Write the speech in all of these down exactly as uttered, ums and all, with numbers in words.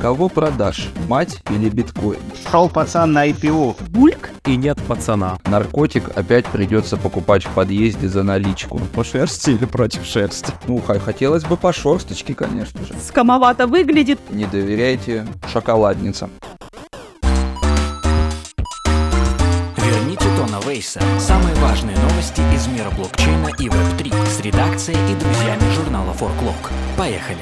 Кого продашь, мать или биткоин? Шел пацан на ай пи о. Бульк и нет пацана. Наркотик опять придется покупать в подъезде за наличку. По шерсти или против шерсти? Ну, х- хотелось бы по шерсточке, конечно же. Скамовато выглядит. Не доверяйте шоколадницам. Верните Тона Вейса. Самые важные новости из мира блокчейна и веб три с редакцией и друзьями журнала Forklog. Поехали!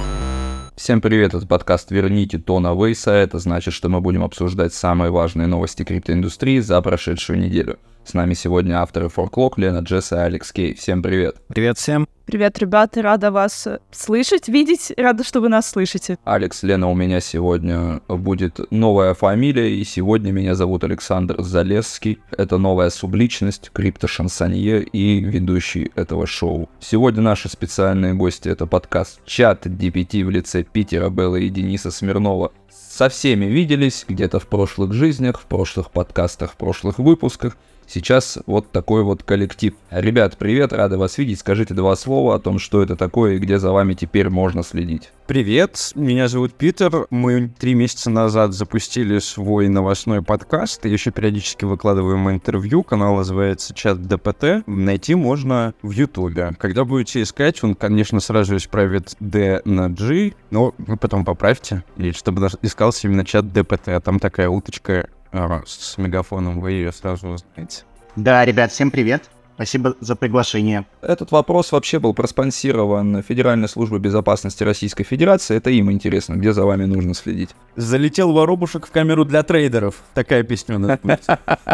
Всем привет, это подкаст «Верните Тона Вейса». Это значит, что мы будем обсуждать самые важные новости криптоиндустрии за прошедшую неделю. С нами сегодня авторы Forklog, Лена, Джесс и Алекс Кей. Всем привет. Привет всем. Привет, ребята, рада вас слышать, видеть, рада, что вы нас слышите. Алекс, Лена, у меня сегодня будет новая фамилия, и сегодня меня зовут Александр Залесский. Это новая субличность, криптошансонье и ведущий этого шоу. Сегодня наши специальные гости — это подкаст ChatGPT в лице Питера Белла и Дениса Смирнова. Со всеми виделись где-то в прошлых жизнях, в прошлых подкастах, в прошлых выпусках. Сейчас вот такой вот коллектив. Ребят, привет, рады вас видеть. Скажите два слова о том, что это такое и где за вами теперь можно следить. Привет, меня зовут Питер. Мы три месяца назад запустили свой новостной подкаст и еще периодически выкладываем интервью. Канал называется ChatGPT. Найти можно в Ютубе. Когда будете искать, он, конечно, сразу исправит D на G, но вы потом поправьте. И чтобы искался именно ChatGPT. Там такая уточка с мегафоном, вы ее сразу узнаете. Да, ребят, всем привет. Спасибо за приглашение. Этот вопрос вообще был проспонсирован Федеральной службой безопасности Российской Федерации. Это им интересно, где за вами нужно следить. Залетел воробушек в камеру для трейдеров. Такая песня у нас будет.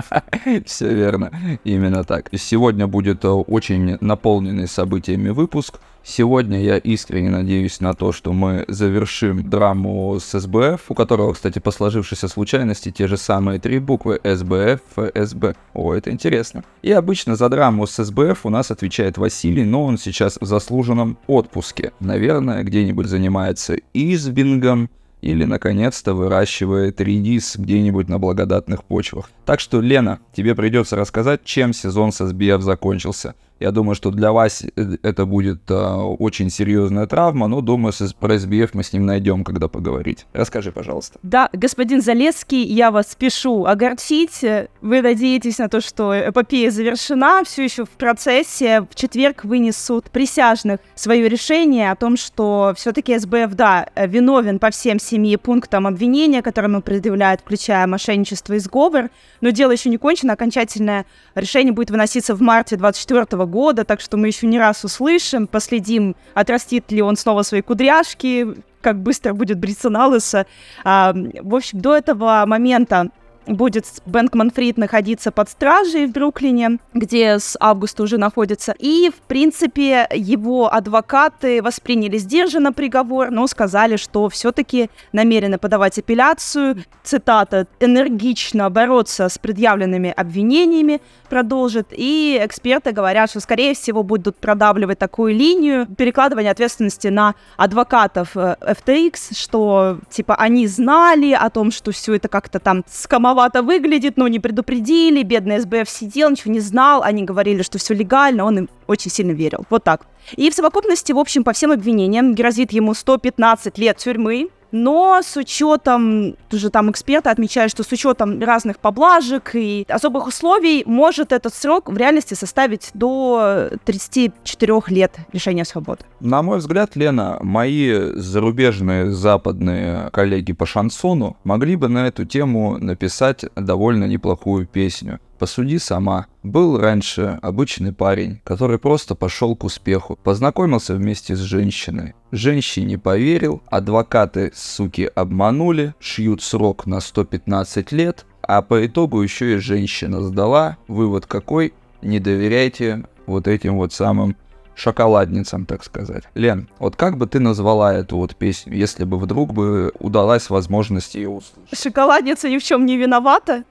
Все верно, именно так. Сегодня будет очень наполненный событиями выпуск. Сегодня я искренне надеюсь на то, что мы завершим драму с эс бэ эф, у которого, кстати, по сложившейся случайности те же самые три буквы эс бэ эф, эф эс бэ. О, это интересно. И обычно за драму с эс бэ эф у нас отвечает Василий, но он сейчас в заслуженном отпуске. Наверное, где-нибудь занимается избингом или, наконец-то, выращивает редис где-нибудь на благодатных почвах. Так что, Лена, тебе придется рассказать, чем сезон с эс би эф закончился. Я думаю, что для вас это будет а, очень серьезная травма, но, думаю, с, про эс би эф мы с ним найдем, когда поговорить. Расскажи, пожалуйста. Да, господин Залесский, я вас спешу огорчить. Вы надеетесь на то, что эпопея завершена, все еще в процессе. В четверг вынесут присяжных свое решение о том, что все-таки эс бэ эф, да, виновен по всем семи пунктам обвинения, которые ему предъявляют, включая мошенничество и сговор. Но дело еще не кончено. Окончательное решение будет выноситься в марте двадцать четвёртого года, так что мы еще не раз услышим, последим, отрастит ли он снова свои кудряшки, как быстро будет бриться на лысо. А, в общем, до этого момента будет Бэнкман-Фрид находиться под стражей в Бруклине, где с августа уже находится. И, в принципе, его адвокаты восприняли сдержанно приговор, но сказали, что все-таки намерены подавать апелляцию. Цитата: «энергично бороться с предъявленными обвинениями», продолжит. И эксперты говорят, что, скорее всего, будут продавливать такую линию перекладывания ответственности на адвокатов эф ти экс, что, типа, они знали о том, что все это как-то там скомовато выглядит, но не предупредили, бедный эс бэ эф сидел, ничего не знал, они говорили, что все легально, он им очень сильно верил. Вот так. И в совокупности, в общем, по всем обвинениям грозит ему сто пятнадцать лет тюрьмы. Но с учетом, тоже там эксперты отмечают, что с учетом разных поблажек и особых условий может этот срок в реальности составить до тридцати четырёх лет лишения свободы. На мой взгляд, Лена, мои зарубежные западные коллеги по шансону могли бы на эту тему написать довольно неплохую песню. Посуди сама. Был раньше обычный парень, который просто пошел к успеху, познакомился вместе с женщиной. Женщине поверил, адвокаты, суки, обманули, шьют срок на сто пятнадцать лет, а по итогу еще и женщина сдала. Вывод какой? Не доверяйте вот этим вот самым шоколадницам, так сказать. Лен, вот как бы ты назвала эту вот песню, если бы вдруг бы удалась возможность ее услышать? Шоколадница ни в чем не виновата.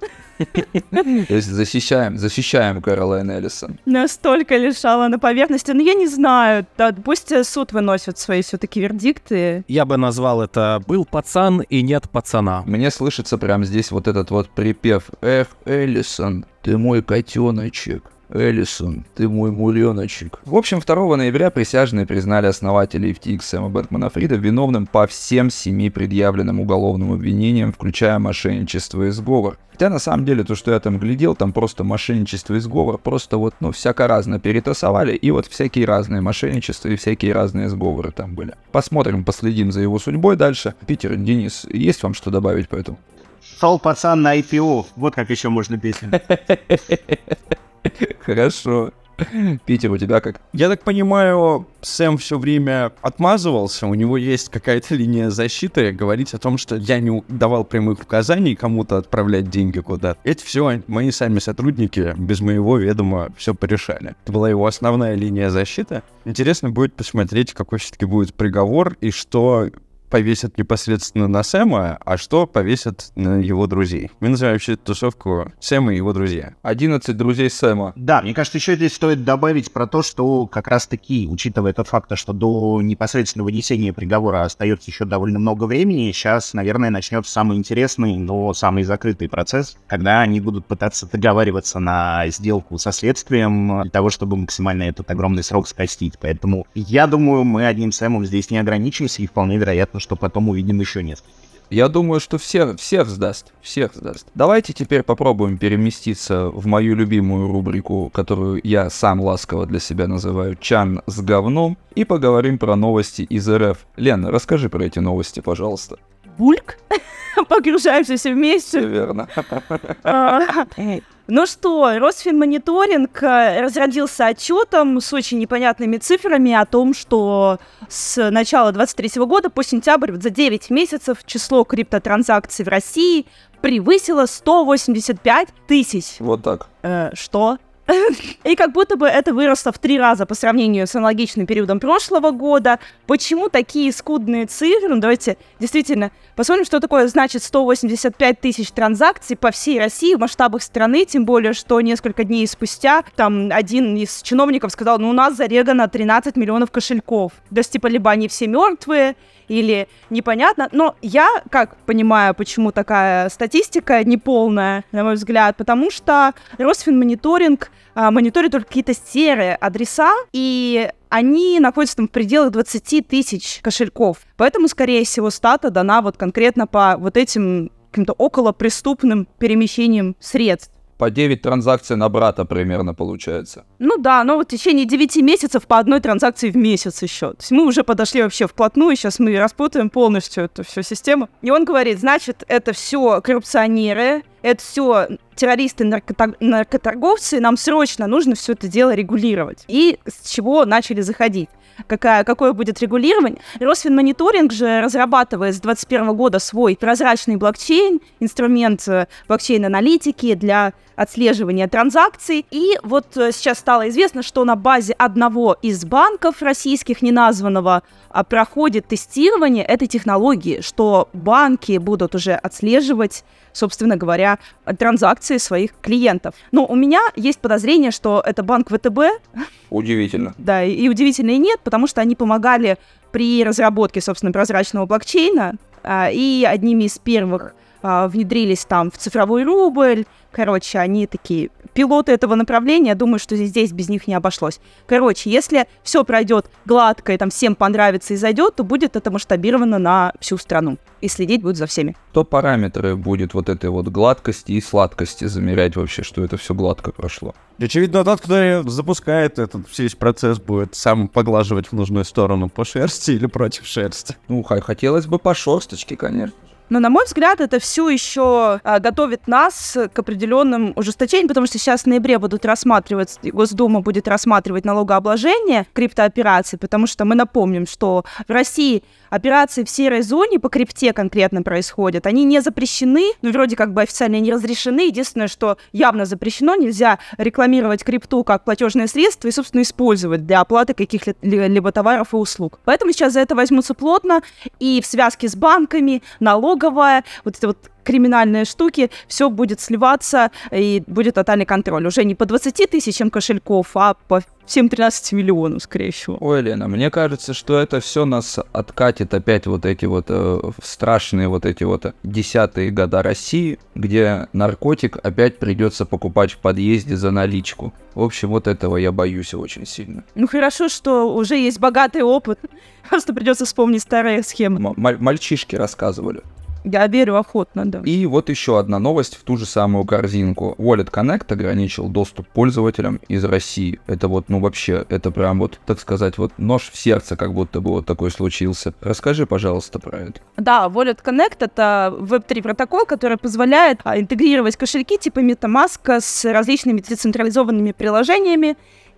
То есть защищаем, защищаем Кэролайн Эллисон. Настолько лежала на поверхности. Но я не знаю, да, пусть суд выносит свои все-таки вердикты. Я бы назвал это «Был пацан и нет пацана». Мне слышится прямо здесь вот этот вот припев: «Эх, Эллисон, ты мой котеночек». Эллисон, ты мой муреночек. В общем, второго ноября присяжные признали основателя эф ти экс Сэма Бэнкмана-Фрида виновным по всем семи предъявленным уголовным обвинениям, включая мошенничество и сговор. Хотя на самом деле то, что я там глядел, там просто мошенничество и сговор, просто вот, ну, всяко-разно перетасовали, и вот всякие разные мошенничества и всякие разные сговоры там были. Посмотрим, последим за его судьбой дальше. Питер, Денис, есть вам что добавить по этому? Шел пацан на ай пи о, вот как еще можно песню. Хорошо. Питер, у тебя как? Я так понимаю, Сэм все время отмазывался, у него есть какая-то линия защиты, говорить о том, что я не давал прямых указаний кому-то отправлять деньги куда-то. Это все мои сами сотрудники без моего ведома все порешали. Это была его основная линия защиты. Интересно будет посмотреть, какой все-таки будет приговор и что повесят непосредственно на Сэма, а что повесят на его друзей. Мы называем вообще эту тусовку Сэм и его друзья. одиннадцать друзей Сэма. Да, мне кажется, еще здесь стоит добавить про то, что как раз-таки, учитывая тот факт, что до непосредственного вынесения приговора остается еще довольно много времени, сейчас, наверное, начнется самый интересный, но самый закрытый процесс, когда они будут пытаться договариваться на сделку со следствием для того, чтобы максимально этот огромный срок скостить. Поэтому я думаю, мы одним Сэмом здесь не ограничимся, и вполне вероятно, что потом увидим еще несколько. Я думаю, что всех, всех сдаст, всех сдаст. Давайте теперь попробуем переместиться в мою любимую рубрику, которую я сам ласково для себя называю «Чан с говном», и поговорим про новости из эр эф. Лена, расскажи про эти новости, пожалуйста. Бульк. Погружаемся все вместе. Все верно. Ну что, Росфинмониторинг разродился отчетом с очень непонятными цифрами о том, что с начала двадцать третьего года по сентябрь вот за девять месяцев число криптотранзакций в России превысило сто восемьдесят пять тысяч. Вот так. Э, что? И как будто бы это выросло в три раза по сравнению с аналогичным периодом прошлого года. Почему такие скудные цифры? Ну, давайте действительно посмотрим, что такое значит сто восемьдесят пять тысяч транзакций по всей России в масштабах страны, тем более, что несколько дней спустя там один из чиновников сказал, ну, у нас зарегано тринадцать миллионов кошельков. То есть, типа, либо они все мертвые, или непонятно. Но я, как понимаю, почему такая статистика неполная, на мой взгляд, потому что Росфинмониторинг а, мониторит только какие-то серые адреса, и они находятся там в пределах двадцать тысяч кошельков. Поэтому, скорее всего, стата дана вот конкретно по вот этим каким-то околопреступным перемещениям средств. По девять транзакций на брата примерно получается. Ну да, но вот в течение девяти месяцев по одной транзакции в месяц еще. То есть мы уже подошли вообще вплотную, сейчас мы распутаем полностью эту всю систему. И он говорит, значит, это все коррупционеры, это все террористы, наркотор- наркоторговцы, нам срочно нужно все это дело регулировать. И с чего начали заходить? Какая, какое будет регулирование. Росфинмониторинг же разрабатывает с двадцать первого года свой прозрачный блокчейн, инструмент блокчейн-аналитики для отслеживания транзакций. И вот сейчас стало известно, что на базе одного из банков российских, неназванного, проходит тестирование этой технологии, что банки будут уже отслеживать, собственно говоря, транзакции своих клиентов. Но у меня есть подозрение, что это банк вэ тэ бэ. Удивительно. Да, и, и удивительно и нет, потому что они помогали при разработке, собственно, прозрачного блокчейна, а, и одними из первых а, внедрились там в цифровой рубль. Короче, они такие пилоты этого направления. Думаю, что здесь без них не обошлось. Короче, если все пройдет гладко и там всем понравится и зайдет, то будет это масштабировано на всю страну. И следить будут за всеми. Кто параметры будет вот этой вот гладкости и сладкости замерять вообще, что это все гладко прошло? Очевидно, тот, кто запускает этот весь процесс, будет сам поглаживать в нужную сторону по шерсти или против шерсти. Ну, хотелось бы по шерсточке, конечно. Но, на мой взгляд, это все еще а, готовит нас к определенным ужесточениям, потому что сейчас в ноябре будут рассматривать, Госдума будет рассматривать налогообложение криптоопераций, потому что мы напомним, что в России операции в серой зоне по крипте конкретно происходят. Они не запрещены, ну, вроде как бы официально не разрешены. Единственное, что явно запрещено, нельзя рекламировать крипту как платежное средство и, собственно, использовать для оплаты каких-либо товаров и услуг. Поэтому сейчас за это возьмутся плотно, и в связке с банками, налог вот эти вот криминальные штуки, все будет сливаться и будет тотальный контроль. Уже не по двадцати тысячам кошельков, а по всем тринадцати миллионам, скорее всего. Ой, Лена, мне кажется, что это все нас откатит опять вот эти вот э, страшные вот эти вот десятые года России, где наркотик опять придется покупать в подъезде за наличку. В общем, вот этого я боюсь очень сильно. Ну хорошо, что уже есть богатый опыт. Просто придется вспомнить старые схемы. М- мальчишки рассказывали. Я верю охотно, да. И вот еще одна новость в ту же самую корзинку. Wallet Connect ограничил доступ пользователям из России. Это вот, ну вообще, это прям вот, так сказать, вот нож в сердце, как будто бы вот такой случился. Расскажи, пожалуйста, про это. Да, Wallet Connect — это веб три протокол, который позволяет а, интегрировать кошельки типа MetaMask с различными децентрализованными приложениями.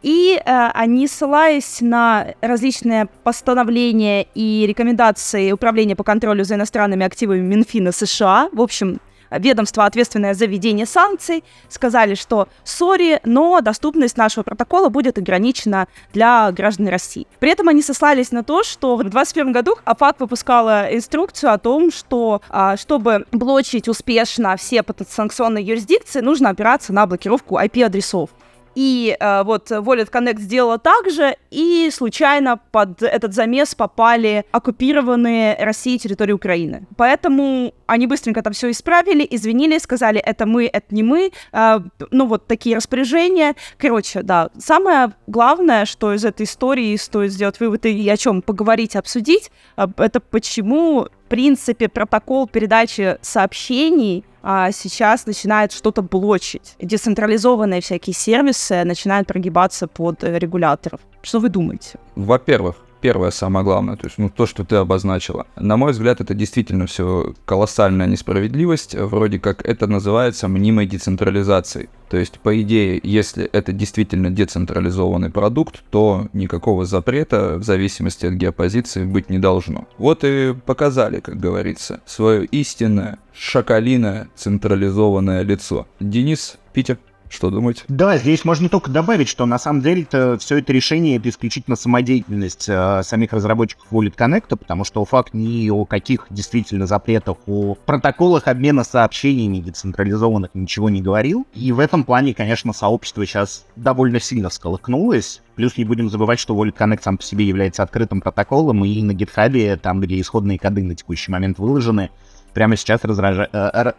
И э, они, ссылаясь на различные постановления и рекомендации Управления по контролю за иностранными активами Минфина США, в общем, ведомство, ответственное за введение санкций, сказали, что сори, но доступность нашего протокола будет ограничена для граждан России. При этом они сослались на то, что в двадцать первом году ОФАК выпускала инструкцию о том, что а, чтобы блочить успешно все санкционные юрисдикции, нужно опираться на блокировку ай пи-адресов. И э, вот Wallet Connect сделала так же, и случайно под этот замес попали оккупированные Россией территории Украины. Поэтому они быстренько там все исправили, извинились, сказали, это мы, это не мы. Э, ну вот такие распоряжения. Короче, да, самое главное, что из этой истории стоит сделать вывод и о чем поговорить, обсудить, э, это почему, в принципе, протокол передачи сообщений а сейчас начинает что-то блочить. Децентрализованные всякие сервисы начинают прогибаться под регуляторов. Что вы думаете? Во-первых, первое, самое главное, то есть ну, то, что ты обозначила. На мой взгляд, это действительно все колоссальная несправедливость. Вроде как это называется мнимой децентрализацией. То есть, по идее, если это действительно децентрализованный продукт, то никакого запрета в зависимости от геопозиции быть не должно. Вот и показали, как говорится, свое истинное, шакалиное, централизованное лицо. Денис, Питер. Что думаете? Да, здесь можно только добавить, что на самом деле-то все это решение — это исключительно самодеятельность э, самих разработчиков Wallet Connect, потому что факт ни о каких действительно запретах, о протоколах обмена сообщениями децентрализованных ничего не говорил. И в этом плане, конечно, сообщество сейчас довольно сильно всколыхнулось. Плюс не будем забывать, что Wallet Connect сам по себе является открытым протоколом, и на GitHub, там, где исходные коды на текущий момент выложены, прямо сейчас разражают...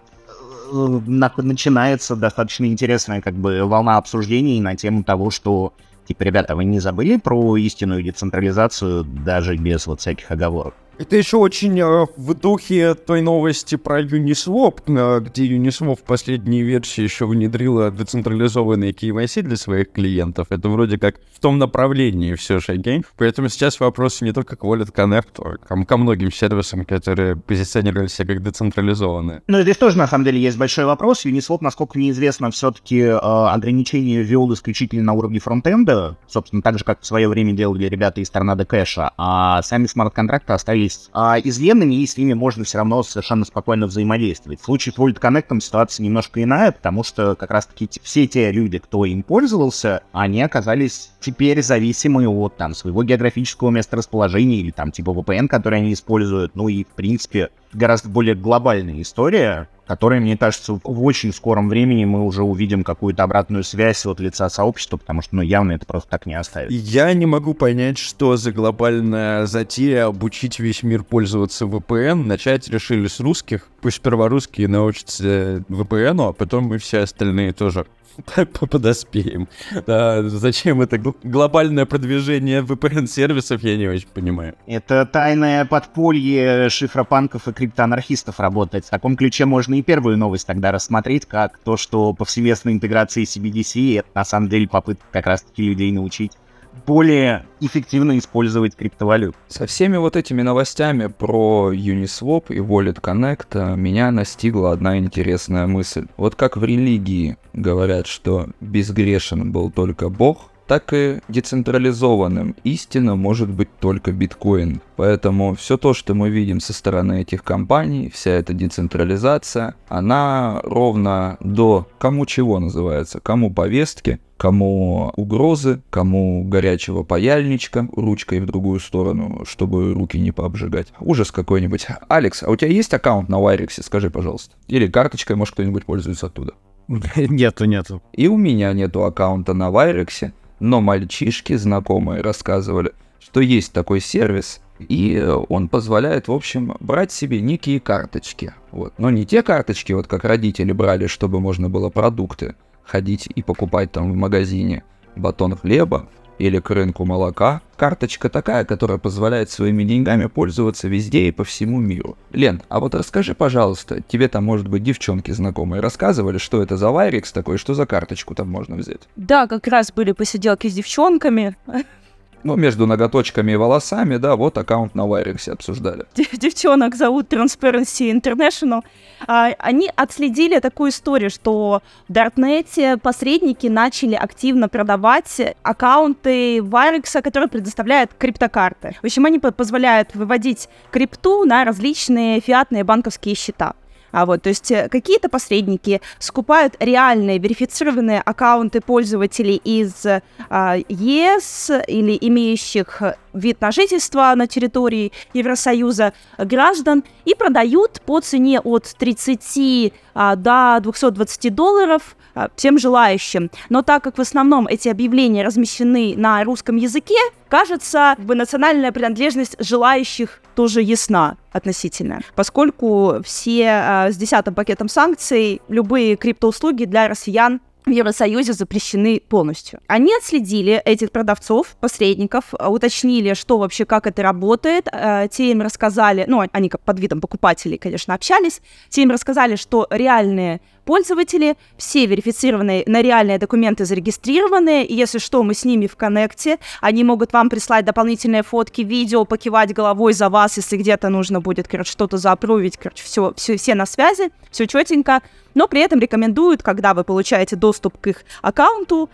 начинается достаточно интересная как бы волна обсуждений на тему того, что, типа, ребята, вы не забыли про истинную децентрализацию даже без вот всяких оговорок? Это еще очень э, в духе той новости про Uniswap, э, где Uniswap в последней версии еще внедрила децентрализованные кей вай си для своих клиентов. Это вроде как в том направлении все шаги. Поэтому сейчас вопрос не только к Wallet Connect, а ко многим сервисам, которые позиционировали себя как децентрализованные. Ну, здесь тоже, на самом деле, есть большой вопрос. Uniswap, насколько мне известно, все-таки э, ограничения ввел исключительно на уровне фронтенда, собственно, так же, как в свое время делали ребята из Tornado Cash, а сами смарт-контракты остались а, изъемными, и с ними можно все равно совершенно спокойно взаимодействовать. В случае с Wallet Connect ситуация немножко иная, потому что как раз-таки все те люди, кто им пользовался, они оказались теперь зависимы от там своего географического месторасположения или там типа ви пи эн, который они используют. Ну и, в принципе, гораздо более глобальная история, которая, мне кажется, в очень скором времени мы уже увидим какую-то обратную связь от лица сообщества, потому что, ну, явно это просто так не оставит. Я не могу понять, что за глобальная затея обучить весь мир пользоваться ви пи эн. Начать решили с русских. Пусть сперва русские научатся ви пи эн, а потом мы все остальные тоже подоспеем. Да, зачем это глобальное продвижение ви пи эн-сервисов, я не очень понимаю. Это тайное подполье шифропанков и криптоанархистов работает. В таком ключе можно и первую новость тогда рассмотреть, как то, что повсеместная интеграция си би ди си — это на самом деле попытка как раз-таки людей научить более эффективно использовать криптовалюту. Со всеми вот этими новостями про Uniswap и Wallet Connect меня настигла одна интересная мысль. Вот как в религии говорят, что безгрешен был только Бог, так и децентрализованным истинно может быть только биткоин. Поэтому все то, что мы видим со стороны этих компаний, вся эта децентрализация, она ровно до кому чего называется, кому повестки, кому угрозы, кому горячего паяльничка ручкой в другую сторону, чтобы руки не пообжигать. Ужас какой-нибудь. Алекс, а у тебя есть аккаунт на Вайрексе, скажи, пожалуйста? Или карточкой, может, кто-нибудь пользуется оттуда? Нету, нету. И у меня нету аккаунта на Вайрексе, Но мальчишки, знакомые, рассказывали, что есть такой сервис, и он позволяет, в общем, брать себе некие карточки. Вот. Но не те карточки, вот как родители брали, чтобы можно было продукты ходить и покупать там в магазине батон хлеба или к рынку молока. Карточка такая, которая позволяет своими деньгами пользоваться везде и по всему миру. Лен, а вот расскажи, пожалуйста, тебе там, может быть, девчонки знакомые рассказывали, что это за Вайрекс такой, что за карточку там можно взять? Да, как раз были посиделки с девчонками. Ну, между ноготочками и волосами, да, вот аккаунт на Вайрексе обсуждали. Девчонок зовут Transparency International. А, они отследили такую историю, что в Даркнете посредники начали активно продавать аккаунты Вайрекса, которые предоставляют криптокарты. В общем, они позволяют выводить крипту на различные фиатные банковские счета. А вот, то есть какие-то посредники скупают реальные верифицированные аккаунты пользователей из а, ЕС или имеющих вид на жительство на территории Евросоюза граждан и продают по цене от тридцати а, до двухсот двадцати долларов а, всем желающим. Но так как в основном эти объявления размещены на русском языке, кажется, как бы национальная принадлежность желающих тоже ясна относительно, поскольку все а, с десятым пакетом санкций, любые криптоуслуги для россиян в Евросоюзе запрещены полностью. Они отследили этих продавцов, посредников, уточнили, что вообще, как это работает. Те им рассказали, ну, они как под видом покупателей, конечно, общались, те им рассказали, что реальные пользователи, все верифицированные на реальные документы зарегистрированные, и если что, мы с ними в коннекте, они могут вам прислать дополнительные фотки, видео, покивать головой за вас, если где-то нужно будет, короче, что-то заапрувить, короче, все, все, все на связи, все четенько, но при этом рекомендуют, когда вы получаете доступ к их аккаунту,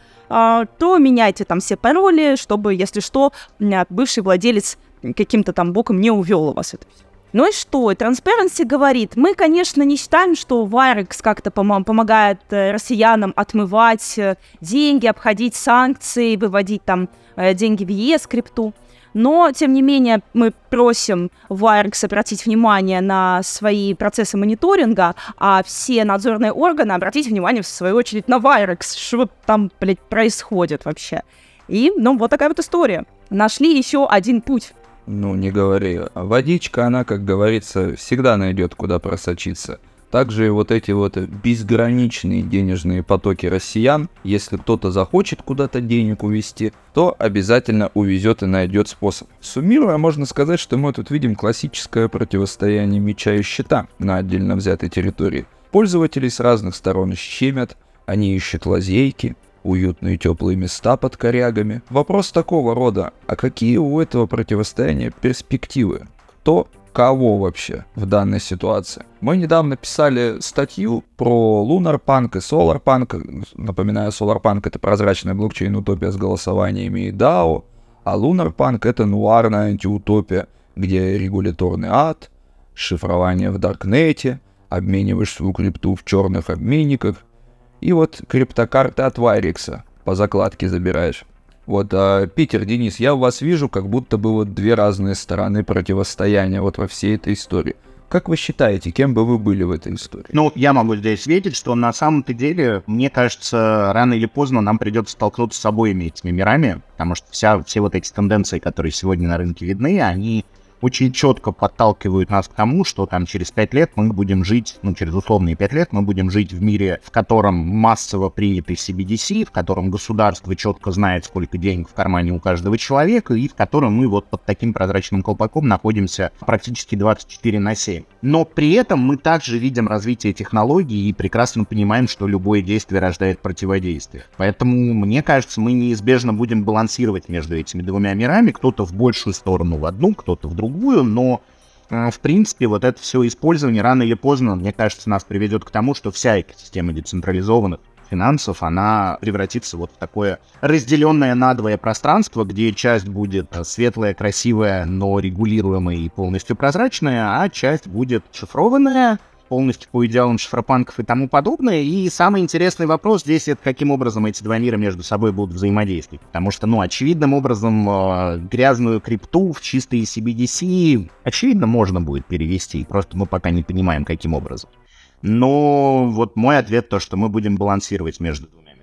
то меняйте там все пароли, чтобы, если что, бывший владелец каким-то там боком не увел у вас это все. Ну и что? Transparency говорит, мы, конечно, не считаем, что Вайрекс как-то пом- помогает э, россиянам отмывать э, деньги, обходить санкции, выводить там э, деньги в ЕС, крипту. Но, тем не менее, мы просим Вайрекс обратить внимание на свои процессы мониторинга, а все надзорные органы обратить внимание, в свою очередь, на Вайрекс. Что там, блядь, происходит вообще? И, ну, вот такая вот история. Нашли еще один путь. Ну, не говори. Водичка, она, как говорится, всегда найдет, куда просочиться. Также и вот эти вот безграничные денежные потоки россиян, если кто-то захочет куда-то денег увезти, то обязательно увезет и найдет способ. Суммируя, можно сказать, что мы тут видим классическое противостояние меча и щита на отдельно взятой территории. Пользователи с разных сторон щемят, они ищут лазейки, уютные теплые места под корягами. Вопрос такого рода, а какие у этого противостояния перспективы? Кто кого вообще в данной ситуации? Мы недавно писали статью про LunarPunk и SolarPunk. Напоминаю, SolarPunk — это прозрачная блокчейн-утопия с голосованиями и дао, а LunarPunk — это нуарная антиутопия, где регуляторный ад, шифрование в Даркнете, обмениваешь свою крипту в черных обменниках, и вот криптокарты от Вайрекса по закладке забираешь. Вот, а, Питер, Денис, я у вас вижу, как будто бы вот две разные стороны противостояния вот во всей этой истории. Как вы считаете, кем бы вы были в этой истории? Ну, я могу здесь ответить, что на самом-то деле, мне кажется, рано или поздно нам придется столкнуться с обоими этими мирами, потому что вся, все вот эти тенденции, которые сегодня на рынке видны, они очень четко подталкивают нас к тому, что там через пять лет мы будем жить, ну, через условные пять лет мы будем жить в мире, в котором массово принятый си би ди си, в котором государство четко знает, сколько денег в кармане у каждого человека, и в котором мы вот под таким прозрачным колпаком находимся практически двадцать четыре на семь. Но при этом мы также видим развитие технологий и прекрасно понимаем, что любое действие рождает противодействие. Поэтому, мне кажется, мы неизбежно будем балансировать между этими двумя мирами, кто-то в большую сторону в одну, кто-то в другую. Другую, но, э, в принципе, вот это все использование рано или поздно, мне кажется, нас приведет к тому, что вся экосистема децентрализованных финансов, она превратится вот в такое разделенное надвое пространство, где часть будет светлая, красивая, но регулируемая и полностью прозрачная, а часть будет шифрованная, полностью по идеалам шифропанков и тому подобное. И самый интересный вопрос здесь — это каким образом эти два мира между собой будут взаимодействовать. Потому что, ну, очевидным образом э, грязную крипту в чистые си би ди си, очевидно, можно будет перевести. Просто мы пока не понимаем, каким образом. Но вот мой ответ — то, что мы будем балансировать между двумя мирами.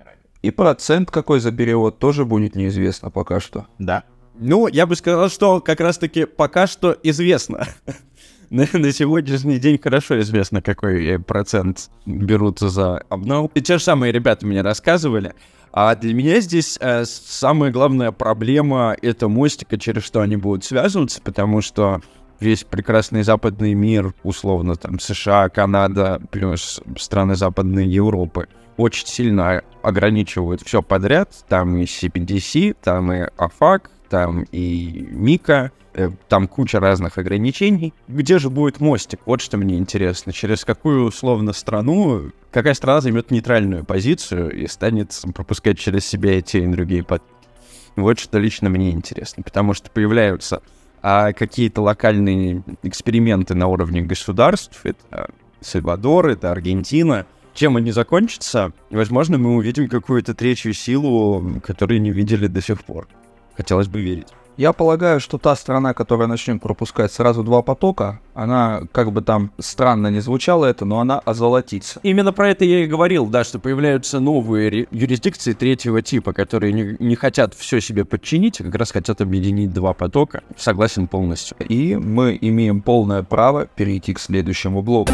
И процент какой за перевод тоже будет неизвестно пока что. Да. Ну, я бы сказал, что как раз-таки пока что известно. На, на сегодняшний день хорошо известно, какой процент берутся за обнал. И те же самые ребята мне рассказывали. А для меня здесь э, самая главная проблема — это мостика, через что они будут связываться, потому что весь прекрасный западный мир, условно, там, США, Канада, плюс страны Западной Европы, очень сильно ограничивают все подряд. Там и си пи ди си, там и АФАК, там и Мика, э, там куча разных ограничений. Где же будет мостик? Вот что мне интересно. Через какую, условно, страну, какая страна займет нейтральную позицию и станет пропускать через себя и те, и другие потоки? Вот что лично мне интересно, потому что появляются а, какие-то локальные эксперименты на уровне государств. Это Сальвадор, это Аргентина. Чем они закончатся? Возможно, мы увидим какую-то третью силу, которую не видели до сих пор. Хотелось бы верить. Я полагаю, что та страна, которая начнет пропускать сразу два потока, она, как бы там странно не звучало это, но она озолотится. Именно про это я и говорил, да, что появляются новые ре- юрисдикции третьего типа, которые не, не хотят все себе подчинить, а как раз хотят объединить два потока. Согласен полностью. И мы имеем полное право перейти к следующему блоку.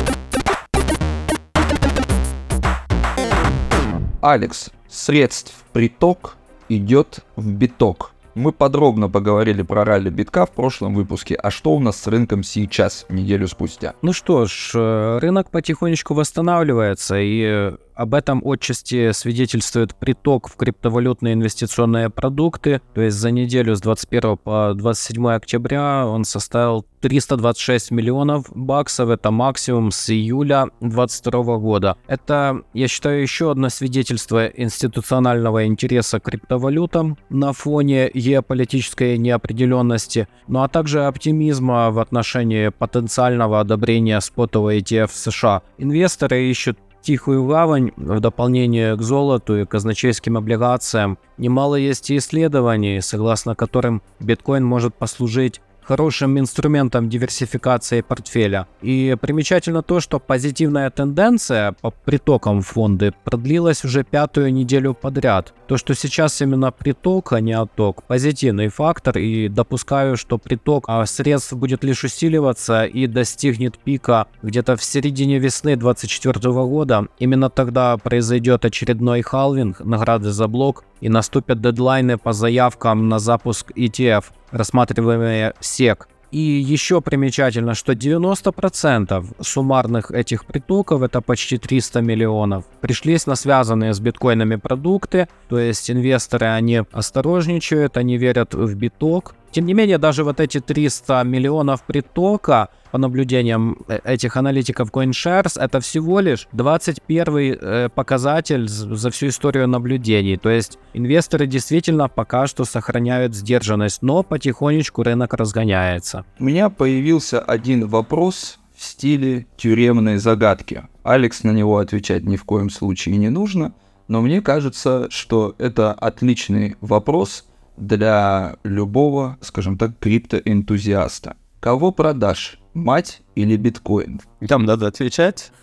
Алекс, средств приток идет в биток. Мы подробно поговорили про ралли битка в прошлом выпуске, а что у нас с рынком сейчас, неделю спустя? Ну что ж, рынок потихонечку восстанавливается, и об этом отчасти свидетельствует приток в криптовалютные инвестиционные продукты. То есть за неделю с двадцать первого по двадцать седьмое октября он составил триста двадцать шесть миллионов баксов. Это максимум с июля двадцать второго года. Это, я считаю, еще одно свидетельство институционального интереса к криптовалютам на фоне геополитической неопределенности, ну а также оптимизма в отношении потенциального одобрения спотового и ти эф в США. Инвесторы ищут тихую гавань в дополнение к золоту и казначейским облигациям. Немало есть и исследований, согласно которым биткоин может послужить хорошим инструментом диверсификации портфеля. И примечательно то, что позитивная тенденция по притокам в фонды продлилась уже пятую неделю подряд. То, что сейчас именно приток, а не отток, позитивный фактор, и допускаю, что приток средств будет лишь усиливаться и достигнет пика где-то в середине весны двадцать четвёртого года. Именно тогда произойдет очередной халвинг награды за блок и наступят дедлайны по заявкам на запуск и ти эф, рассматриваемые сек. И еще примечательно, что девяносто процентов суммарных этих притоков, это почти триста миллионов, пришлись на связанные с биткоинами продукты, то есть инвесторы, они осторожничают, они верят в биток. Тем не менее, даже вот эти триста миллионов притока, по наблюдениям этих аналитиков CoinShares, это всего лишь двадцать первый э, показатель за всю историю наблюдений. То есть инвесторы действительно пока что сохраняют сдержанность, но потихонечку рынок разгоняется. У меня появился один вопрос в стиле тюремной загадки. Алекс на него отвечать ни в коем случае не нужно, но мне кажется, что это отличный вопрос для любого, скажем так, криптоэнтузиаста. Кого продашь, мать или биткоин? Там надо отвечать.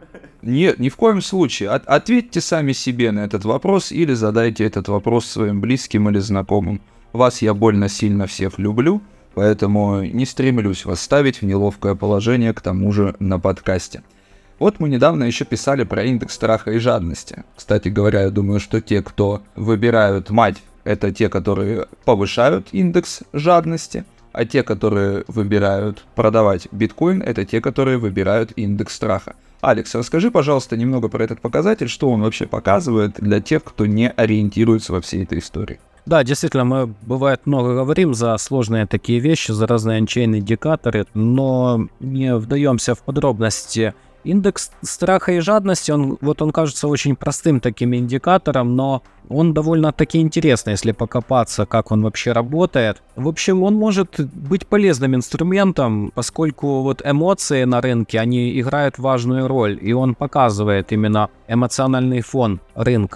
Нет, ни в коем случае. От- ответьте сами себе на этот вопрос или задайте этот вопрос своим близким или знакомым. Вас я больно сильно всех люблю, поэтому не стремлюсь вас ставить в неловкое положение, к тому же на подкасте. Вот мы недавно еще писали про индекс страха и жадности. Кстати говоря, я думаю, что те, кто выбирают мать, это те, которые повышают индекс жадности, а те, которые выбирают продавать биткоин, это те, которые выбирают индекс страха. Алекс, расскажи, пожалуйста, немного про этот показатель, что он вообще показывает для тех, кто не ориентируется во всей этой истории. Да, действительно, мы, бывает, много говорим за сложные такие вещи, за разные анчейн-индикаторы, но не вдаемся в подробности. Индекс страха и жадности, он, вот он кажется очень простым таким индикатором, но он довольно-таки интересный, если покопаться, как он вообще работает. В общем, он может быть полезным инструментом, поскольку вот эмоции на рынке, они играют важную роль, и он показывает именно эмоциональный фон рынка.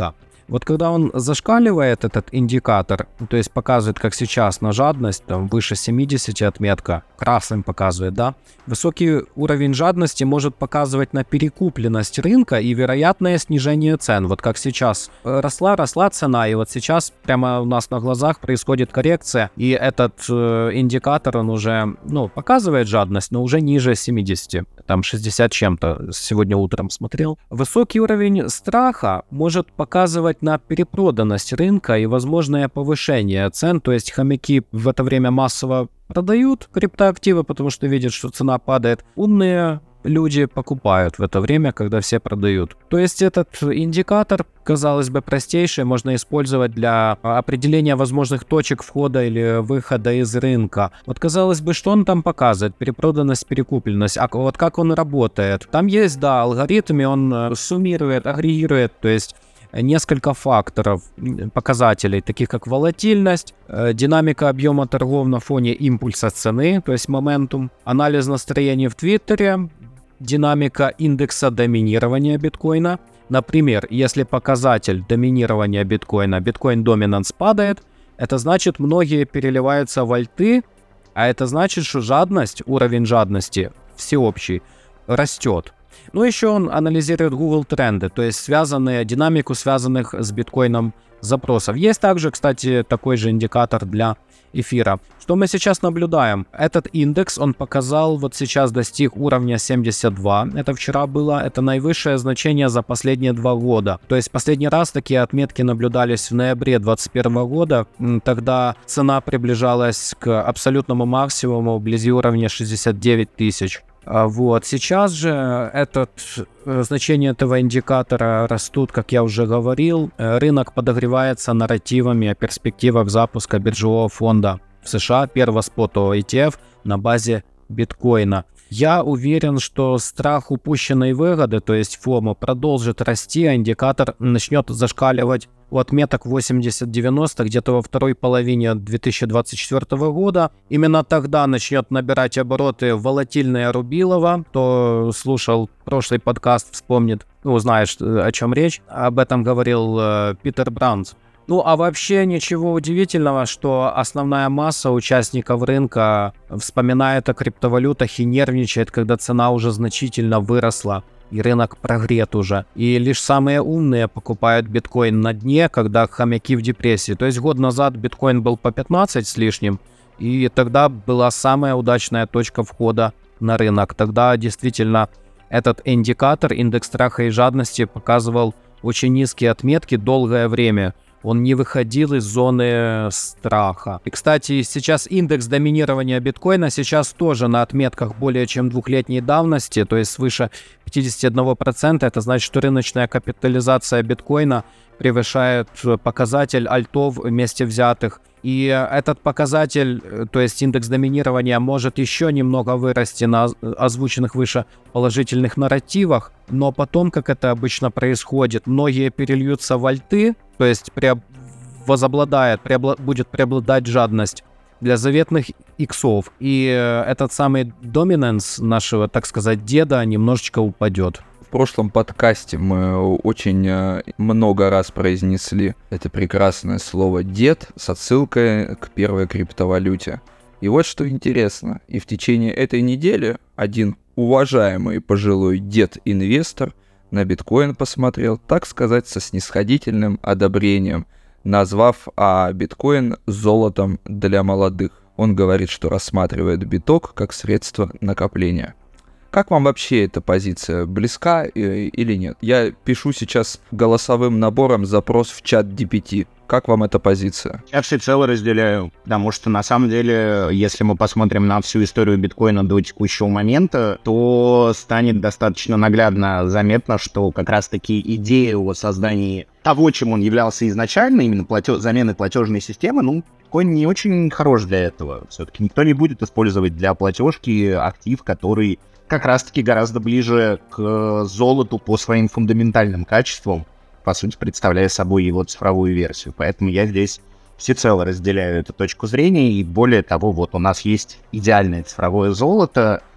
Вот когда он зашкаливает, этот индикатор, то есть показывает, как сейчас, на жадность, там выше семьдесят отметка, красным показывает, да, высокий уровень жадности может показывать на перекупленность рынка и вероятное снижение цен. Вот как сейчас росла, росла цена, и вот сейчас прямо у нас на глазах происходит коррекция, и этот э, индикатор, он уже, ну, показывает жадность, но уже ниже семидесяти, там шестьдесят чем-то, сегодня утром смотрел. Высокий уровень страха может показывать на перепроданность рынка и возможное повышение цен, то есть хомяки в это время массово продают криптоактивы, потому что видят, что цена падает. Умные люди покупают в это время, когда все продают. То есть этот индикатор, казалось бы, простейший, можно использовать для определения возможных точек входа или выхода из рынка. Вот казалось бы, что он там показывает? Перепроданность, перекупленность. А вот как он работает? Там есть, да, алгоритм, и он суммирует, агрегирует, то есть несколько факторов, показателей, таких как волатильность, динамика объема торгов на фоне импульса цены, то есть моментум, анализ настроения в Твиттере, динамика индекса доминирования биткоина. Например, если показатель доминирования биткоина, биткоин доминанс падает, это значит, многие переливаются в альты, а это значит, что жадность, уровень жадности всеобщий растет. Ну, еще он анализирует Google тренды, то есть связанные, динамику связанных с биткоином запросов. Есть также, кстати, такой же индикатор для эфира. Что мы сейчас наблюдаем? Этот индекс, он показал, вот сейчас достиг уровня семьдесят два. Это вчера было, это наивысшее значение за последние два года. То есть последний раз такие отметки наблюдались в ноябре двадцать первого года. Тогда цена приближалась к абсолютному максимуму вблизи уровня шестьдесят девять тысяч. Вот, сейчас же этот, значения этого индикатора растут, как я уже говорил. Рынок подогревается нарративами о перспективах запуска биржевого фонда в США, первого спотового и ти эф на базе биткоина. Я уверен, что страх упущенной выгоды, то есть фомо, продолжит расти, а индикатор начнет зашкаливать у отметок восемьдесят девяносто где-то во второй половине две тысячи двадцать четвёртого года. Именно тогда начнет набирать обороты волатильная Рубилова. Кто слушал прошлый подкаст, вспомнит, ну, знаешь, о чем речь. Об этом говорил э, Питер Бранц. Ну, а вообще ничего удивительного, что основная масса участников рынка вспоминает о криптовалютах и нервничает, когда цена уже значительно выросла и рынок прогрет уже. И лишь самые умные покупают биткоин на дне, когда хомяки в депрессии. То есть год назад биткоин был по пятнадцать с лишним, и тогда была самая удачная точка входа на рынок. Тогда действительно этот индикатор, индекс страха и жадности, показывал очень низкие отметки долгое время. Он не выходил из зоны страха. И, кстати, сейчас индекс доминирования биткоина сейчас тоже на отметках более чем двухлетней давности, то есть свыше пятьдесят один процент. Это значит, что рыночная капитализация биткоина превышает показатель альтов вместе взятых. И этот показатель, то есть индекс доминирования, может еще немного вырасти на озвученных выше положительных нарративах, но потом, как это обычно происходит, многие перельются в альты, то есть преоб... возобладает, преобла... будет преобладать жадность для заветных иксов, и этот самый доминанс нашего, так сказать, деда немножечко упадет. В прошлом подкасте мы очень много раз произнесли это прекрасное слово «дед» с отсылкой к первой криптовалюте. И вот что интересно, и в течение этой недели один уважаемый пожилой дед-инвестор на биткоин посмотрел, так сказать, со снисходительным одобрением, назвав а биткоин золотом для молодых. Он говорит, что рассматривает биток как средство накопления. Как вам вообще эта позиция? Близка или нет? Я пишу сейчас голосовым набором запрос в чат ди пи ти. Как вам эта позиция? Я всецело разделяю, потому что на самом деле, если мы посмотрим на всю историю биткоина до текущего момента, то станет достаточно наглядно заметно, что как раз-таки идея о создании того, чем он являлся изначально, именно платё... замены платежной системы, ну, биткоин не очень хорош для этого. Все-таки никто не будет использовать для платежки актив, который как раз-таки гораздо ближе к золоту по своим фундаментальным качествам, по сути, представляя собой его цифровую версию. Поэтому я здесь всецело разделяю эту точку зрения, и более того, вот у нас есть идеальное цифровое золото,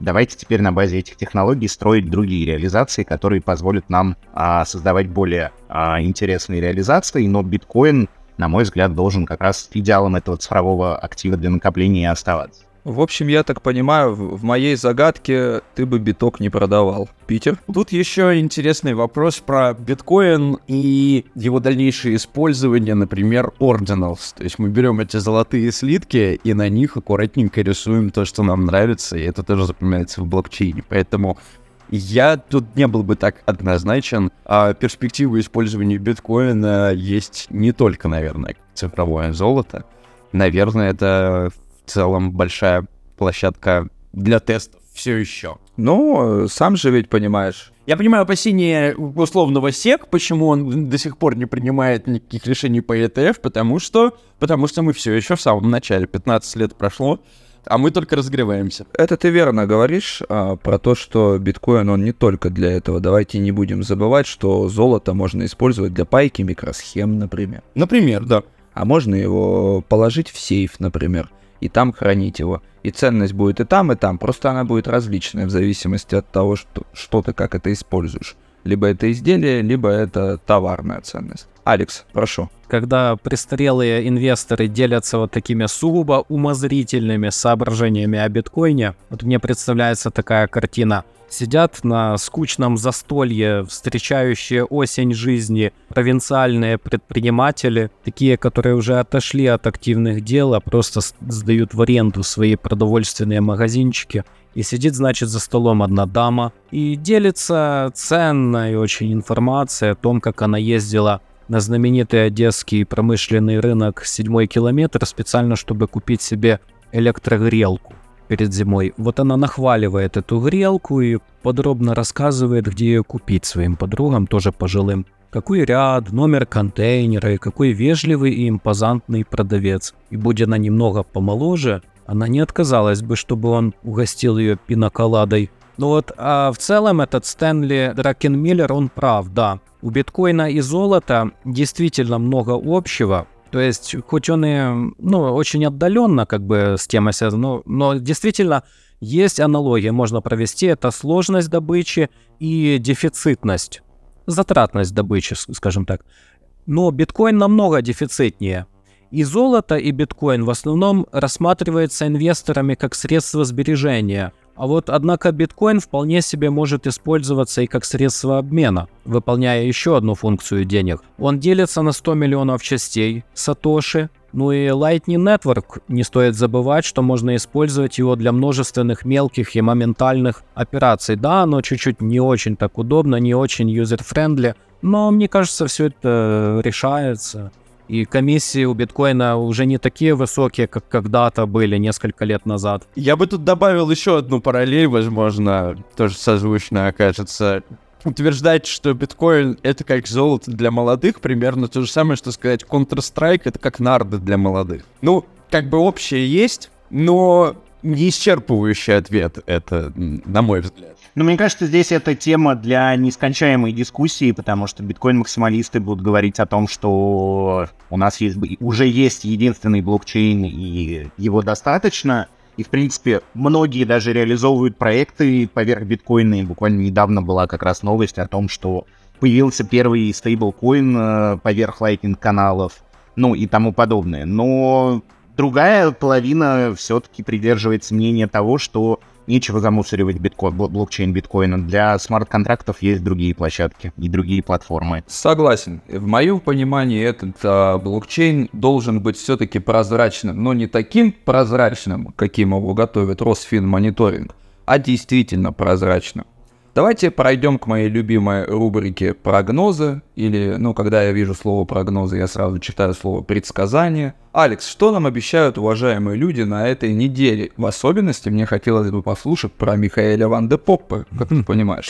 давайте теперь на базе этих технологий строить другие реализации, которые позволят нам а, создавать более а, интересные реализации, но биткоин, на мой взгляд, должен как раз идеалом этого цифрового актива для накопления и оставаться. В общем, я так понимаю, в в моей загадке ты бы биток не продавал. Питер? Тут еще интересный вопрос про биткоин и его дальнейшее использование, например, ordinals. То есть мы берем эти золотые слитки и на них аккуратненько рисуем то, что нам нравится, и это тоже запоминается в блокчейне. Поэтому я тут не был бы так однозначен, а перспективы использования биткоина есть не только, наверное, цифровое золото. Наверное, это в целом большая площадка для тестов все еще. Ну, сам же ведь понимаешь. Я понимаю опасения условного сек, почему он до сих пор не принимает никаких решений по и ти эф, потому что, потому что мы все еще в самом начале, пятнадцать лет прошло, а мы только разогреваемся. Это ты верно говоришь а, про то, что биткоин, он не только для этого. Давайте не будем забывать, что золото можно использовать для пайки микросхем, например. Например, да. А можно его положить в сейф, например, и там хранить его. И ценность будет и там, и там. Просто она будет различная в зависимости от того, что, что ты как это используешь. Либо это изделие, либо это товарная ценность. Алекс, прошу. Когда престарелые инвесторы делятся вот такими сугубо умозрительными соображениями о биткоине, вот мне представляется такая картина. Сидят на скучном застолье, встречающие осень жизни, провинциальные предприниматели, такие, которые уже отошли от активных дел, а просто сдают в аренду свои продовольственные магазинчики. И сидит, значит, за столом одна дама и делится ценной очень информацией о том, как она ездила на знаменитый одесский промышленный рынок «Седьмой километр» специально, чтобы купить себе электрогрелку перед зимой. Вот она нахваливает эту грелку и подробно рассказывает, где ее купить своим подругам, тоже пожилым. Какой ряд, номер контейнера и какой вежливый и импозантный продавец. И будь она немного помоложе, она не отказалась бы, чтобы он угостил ее пиноколадой. Ну вот, а в целом этот Стэнли Дракенмиллер, он прав, да. У биткоина и золота действительно много общего. То есть, хоть он и, ну, очень отдаленно как бы с темой связан, но, но действительно есть аналогия, можно провести. Это сложность добычи и дефицитность, затратность добычи, скажем так. Но биткоин намного дефицитнее. И золото, и биткоин в основном рассматривается инвесторами как средство сбережения. А вот, однако, биткоин вполне себе может использоваться и как средство обмена, выполняя еще одну функцию денег. Он делится на сто миллионов частей сатоши. Ну и Lightning Network, не стоит забывать, что можно использовать его для множественных мелких и моментальных операций. Да, оно чуть-чуть не очень так удобно, не очень юзер-френдли, но мне кажется, все это решается. И комиссии у биткоина уже не такие высокие, как когда-то были несколько лет назад. Я бы тут добавил еще одну параллель, возможно, тоже созвучно окажется. Утверждать, что биткоин — это как золото для молодых, примерно то же самое, что сказать Counter-Strike — это как нарды для молодых. Ну, как бы общее есть, но не исчерпывающий ответ это, на мой взгляд. Ну, мне кажется, здесь это тема для нескончаемой дискуссии, потому что биткоин-максималисты будут говорить о том, что у нас есть, уже есть единственный блокчейн, и его достаточно. И, в принципе, многие даже реализовывают проекты поверх биткоина. И буквально недавно была как раз новость о том, что появился первый стейблкоин поверх Lightning-каналов, ну и тому подобное. Но другая половина все-таки придерживается мнения того, что нечего замусоривать биткоин, блокчейн биткоина. Для смарт-контрактов есть другие площадки и другие платформы. Согласен. В моем понимании этот а, блокчейн должен быть все-таки прозрачным, но не таким прозрачным, каким его готовит Росфинмониторинг, а действительно прозрачным. Давайте пройдем к моей любимой рубрике «Прогнозы», или, ну, когда я вижу слово «прогнозы», я сразу читаю слово «предсказание». Алекс, что нам обещают уважаемые люди на этой неделе? В особенности мне хотелось бы послушать про Михаэля Ван де Поппе, как ты понимаешь.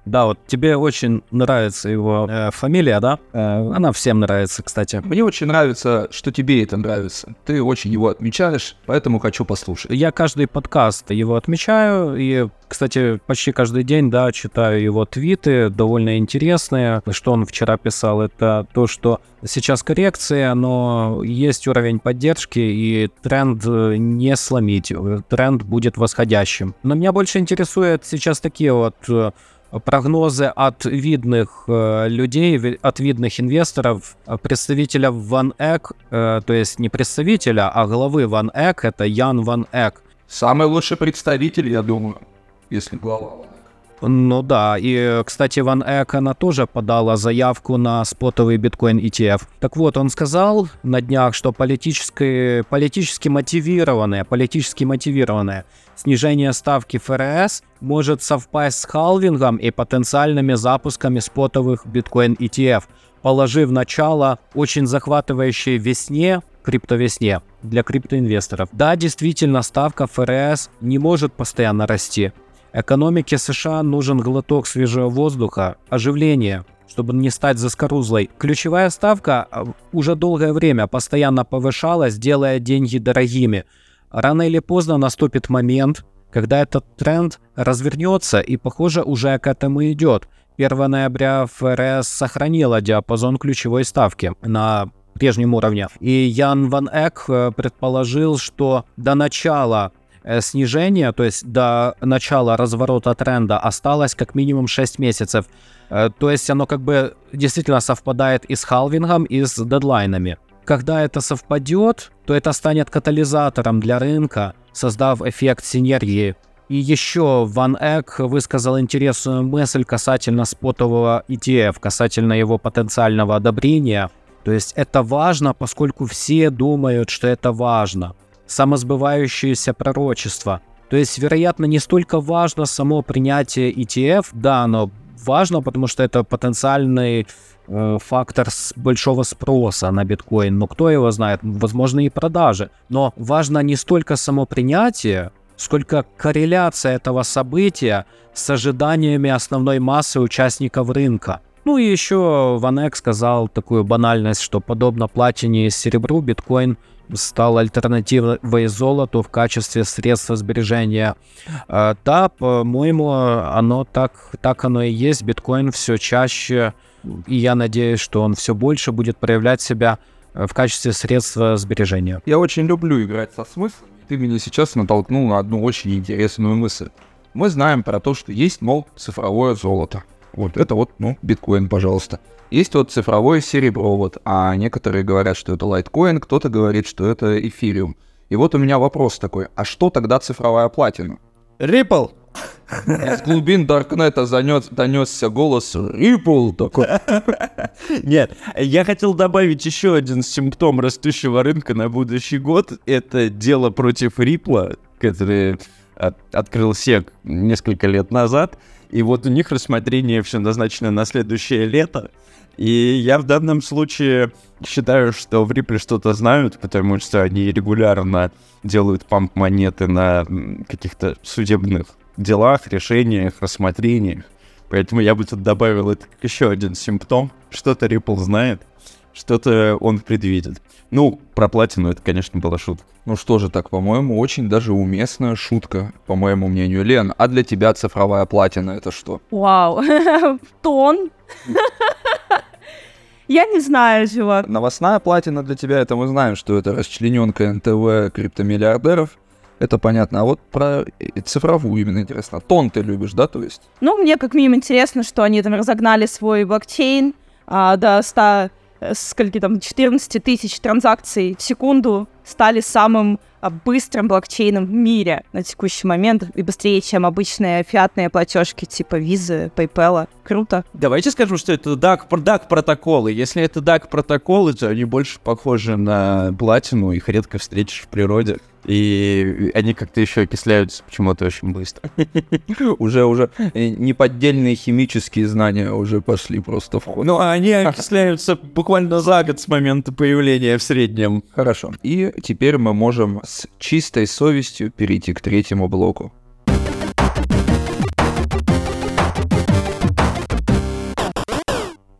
Да, вот тебе очень нравится его э, фамилия, да? Э, она всем нравится, кстати. Мне очень нравится, что тебе это нравится. Ты очень его отмечаешь, поэтому хочу послушать. Я каждый подкаст его отмечаю, и, кстати, почти каждый день, да, читаю его твиты, довольно интересные. Что он вчера писал, это то, что сейчас коррекция, но есть уровень поддержки, и тренд не сломить, тренд будет восходящим. Но меня больше интересует сейчас такие вот прогнозы от видных э, людей, от видных инвесторов, представителя Ван Эк, э, то есть не представителя, а главы Ван Эк, это Ян Ван Эк. Самый лучший представитель, я думаю, если глава Ван Эк. Ну да, и, кстати, Ван Эк, она тоже подала заявку на спотовый биткоин и ти эф. Так вот, он сказал на днях, что политически, политически мотивированное, политически мотивированное снижение ставки эф эр эс может совпасть с халвингом и потенциальными запусками спотовых биткоин и ти эф, положив начало очень захватывающей весне, криптовесне для криптоинвесторов. Да, действительно, ставка эф эр эс не может постоянно расти. Экономике США нужен глоток свежего воздуха, оживление, чтобы не стать заскорузлой. Ключевая ставка уже долгое время постоянно повышалась, делая деньги дорогими. Рано или поздно наступит момент, когда этот тренд развернется, и, похоже, уже к этому идет. первого ноября эф эр эс сохранила диапазон ключевой ставки на прежнем уровне. И Ян Ван Эк предположил, что до начала снижения, то есть до начала разворота тренда осталось как минимум шесть месяцев. То есть оно как бы действительно совпадает и с халвингом, и с дедлайнами. Когда это совпадет, то это станет катализатором для рынка, создав эффект синергии. И еще Ван Эк высказал интересную мысль касательно спотового и ти эф, касательно его потенциального одобрения. То есть это важно, поскольку все думают, что это важно. Самосбывающееся пророчество. То есть, вероятно, не столько важно само принятие и ти эф, да, оно важно, потому что это потенциальный э, фактор с большого спроса на биткоин, но кто его знает, возможно, и продажи. Но важно не столько само принятие, сколько корреляция этого события с ожиданиями основной массы участников рынка. Ну и еще Ван Эк сказал такую банальность, что подобно платине и серебру, биткоин стал альтернативой золоту в качестве средства сбережения. Да, по-моему, оно так, так оно и есть. Биткоин все чаще, и я надеюсь, что он все больше будет проявлять себя в качестве средства сбережения. Я очень люблю играть со смыслами. Ты меня сейчас натолкнул на одну очень интересную мысль. Мы знаем про то, что есть, мол, цифровое золото. Вот это вот, ну, биткоин, пожалуйста. Есть вот цифровое серебро, вот, а некоторые говорят, что это лайткоин, кто-то говорит, что это эфириум. И вот у меня вопрос такой, а что тогда цифровая платина? Ripple. Из глубин Даркнета занес, донесся голос Ripple такой. Нет, я хотел добавить еще один симптом растущего рынка на будущий год. Это дело против Ripple, который от, открыл сек несколько лет назад. И вот у них рассмотрение все назначено на следующее лето. И я в данном случае считаю, что в Ripple что-то знают, потому что они регулярно делают памп монеты на каких-то судебных делах, решениях, рассмотрениях. Поэтому я бы тут добавил это как еще один симптом. Что-то Ripple знает, что-то он предвидит. Ну, про платину это, конечно, была шутка. Ну что же так, по-моему, очень даже уместная шутка, по моему мнению. Лен, а для тебя цифровая платина это что? Вау, тон. Я не знаю, чувак. Новостная платина для тебя, это мы знаем, что это расчлененка эн тэ вэ криптомиллиардеров. Это понятно. А вот про цифровую именно интересно. Тон ты любишь, да, то есть? Ну, мне как минимум интересно, что они там разогнали свой блокчейн а, до ста, скольки там, четырнадцать тысяч транзакций в секунду, стали самым а, быстрым блокчейном в мире на текущий момент, и быстрее, чем обычные фиатные платежки типа Visa, PayPal. Круто. Давайте скажем, что это дак, дак протоколы. Если это дак протоколы, то они больше похожи на платину, их редко встретишь в природе. И они как-то еще окисляются почему-то очень быстро. Уже, уже неподдельные химические знания уже пошли просто в ход. Ну, они окисляются буквально за год с момента появления в среднем. Хорошо. И теперь мы можем с чистой совестью перейти к третьему блоку.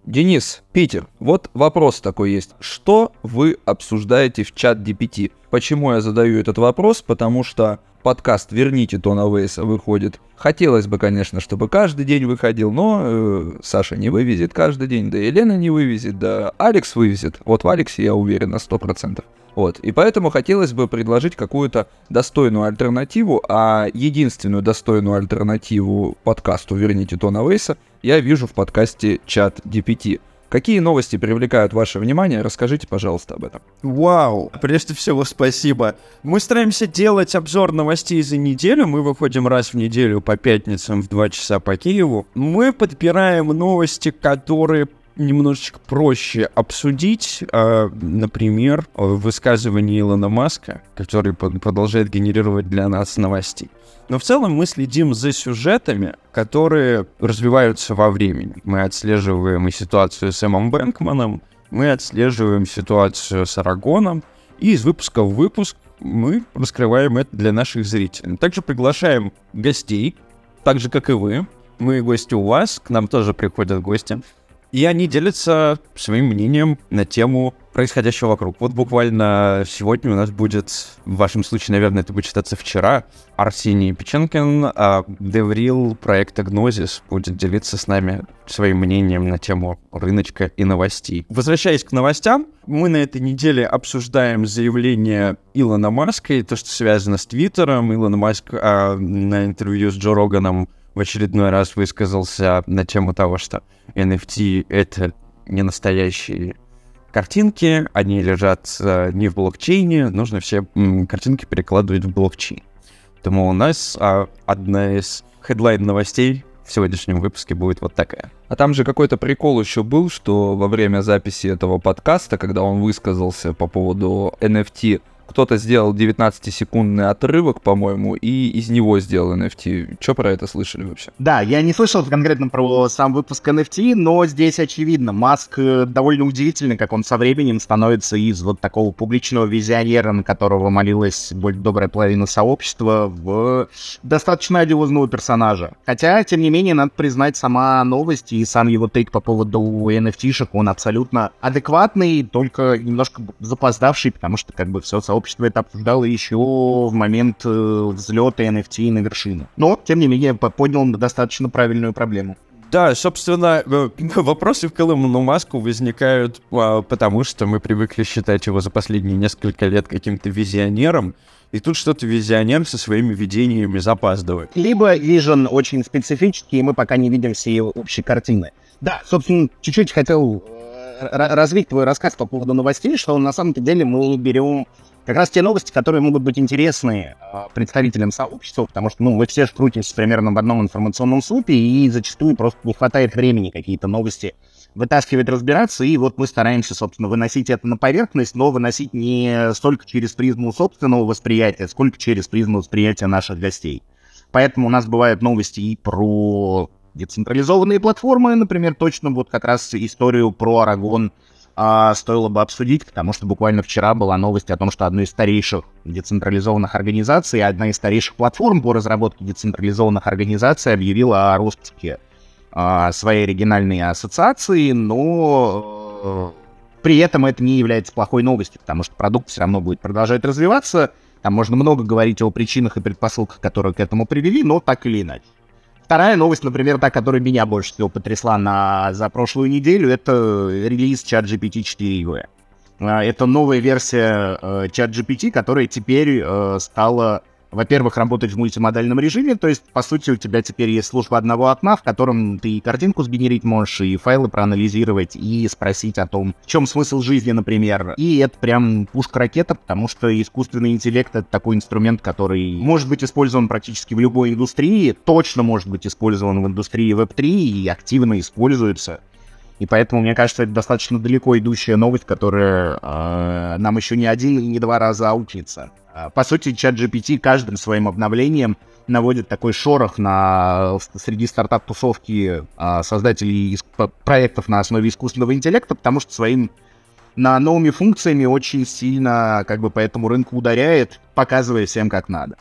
Денис, Питер, вот вопрос такой есть. Что вы обсуждаете в чат джи пи ти? Почему я задаю этот вопрос? Потому что подкаст «Верните Тона Вейса» выходит. Хотелось бы, конечно, чтобы каждый день выходил, но э, Саша не вывезет каждый день, да и Елена не вывезет, да Алекс вывезет. Вот в Алексе я уверен на сто процентов. Вот. И поэтому хотелось бы предложить какую-то достойную альтернативу, а единственную достойную альтернативу подкасту «Верните Тона Вейса» я вижу в подкасте «Чат джи пи ти». Какие новости привлекают ваше внимание? Расскажите, пожалуйста, об этом. Вау! Прежде всего, спасибо. Мы стараемся делать обзор новостей за неделю. Мы выходим раз в неделю по пятницам в два часа по Киеву. Мы подбираем новости, которые немножечко проще обсудить. Э, например, высказывание Илона Маска, который продолжает генерировать для нас новостей. Но в целом мы следим за сюжетами, которые развиваются во времени. Мы отслеживаем и ситуацию с Эмом Бэнкманом, мы отслеживаем ситуацию с Арагоном, и из выпуска в выпуск мы раскрываем это для наших зрителей. Также приглашаем гостей, так же, как и вы. Мы гости у вас, к нам тоже приходят гости. И они делятся своим мнением на тему происходящего вокруг. Вот буквально сегодня у нас будет, в вашем случае, наверное, это будет считаться вчера, Арсений Печенкин, а DevRel проекта Gnosis будет делиться с нами своим мнением на тему рыночка и новостей. Возвращаясь к новостям, мы на этой неделе обсуждаем заявление Илона Маска и то, что связано с Твиттером. Илон Маск а, на интервью с Джо Роганом в очередной раз высказался на тему того, что эн эф ти — это не настоящие картинки, они лежат э, не в блокчейне, нужно все м, картинки перекладывать в блокчейн. Поэтому у нас а, одна из хедлайн новостей в сегодняшнем выпуске будет вот такая. А там же какой-то прикол еще был, что во время записи этого подкаста, когда он высказался по поводу эн эф ти, кто-то сделал девятнадцатисекундный отрывок, по-моему, и из него сделал эн эф ти. Что про это слышали вообще? Да, я не слышал конкретно про сам выпуск эн эф ти, но здесь очевидно. Маск довольно удивительный, как он со временем становится из вот такого публичного визионера, на которого молилась более добрая половина сообщества, в достаточно одиозного персонажа. Хотя, тем не менее, надо признать, сама новость и сам его тейк по поводу эн эф ти-шек, он абсолютно адекватный, только немножко запоздавший, потому что как бы все сообщество Общество это обсуждало еще в момент э, взлета эн эф ти на вершину. Но, тем не менее, поднял на достаточно правильную проблему. Да, собственно, вопросы к Илону Маску возникают а, потому, что мы привыкли считать его за последние несколько лет каким-то визионером, и тут что-то визионер со своими видениями запаздывает. Либо вижен очень специфический, и мы пока не видим всей общей картины. Да, собственно, чуть-чуть хотел э, развить твой рассказ по поводу новостей, что на самом деле мы берем как раз те новости, которые могут быть интересны э, представителям сообщества, потому что, ну, вы все крутитесь примерно в одном информационном слупе, и зачастую просто не хватает времени какие-то новости вытаскивать, разбираться, и вот мы стараемся, собственно, выносить это на поверхность, но выносить не столько через призму собственного восприятия, сколько через призму восприятия наших гостей. Поэтому у нас бывают новости и про децентрализованные платформы, например, точно вот как раз историю про Арагон а, стоило бы обсудить, потому что буквально вчера была новость о том, что одной из старейших децентрализованных организаций, одна из старейших платформ по разработке децентрализованных организаций объявила о распуске а, своей региональной ассоциации, но э, при этом это не является плохой новостью, потому что продукт все равно будет продолжать развиваться. Там можно много говорить о причинах и предпосылках, которые к этому привели, но так или иначе. Вторая новость, например, та, которая меня больше всего потрясла на, за прошлую неделю, это релиз чат джи пи ти четыре ви. Это новая версия э, чат джи пи ти, которая теперь э, стала, во-первых, работать в мультимодальном режиме, то есть, по сути, у тебя теперь есть служба одного окна, в котором ты и картинку сгенерить можешь, и файлы проанализировать, и спросить о том, в чем смысл жизни, например. И это прям пушка-ракета, потому что искусственный интеллект — это такой инструмент, который может быть использован практически в любой индустрии, точно может быть использован в индустрии веб три и активно используется. И поэтому, мне кажется, это достаточно далеко идущая новость, которая э, нам еще не один и не два раза аукнется. По сути, чат джи пи ти каждым своим обновлением наводит такой шорох на, среди стартап-тусовки э, создателей иск- проектов на основе искусственного интеллекта, потому что своим на новыми функциями очень сильно как бы по этому рынку ударяет, показывая всем как надо.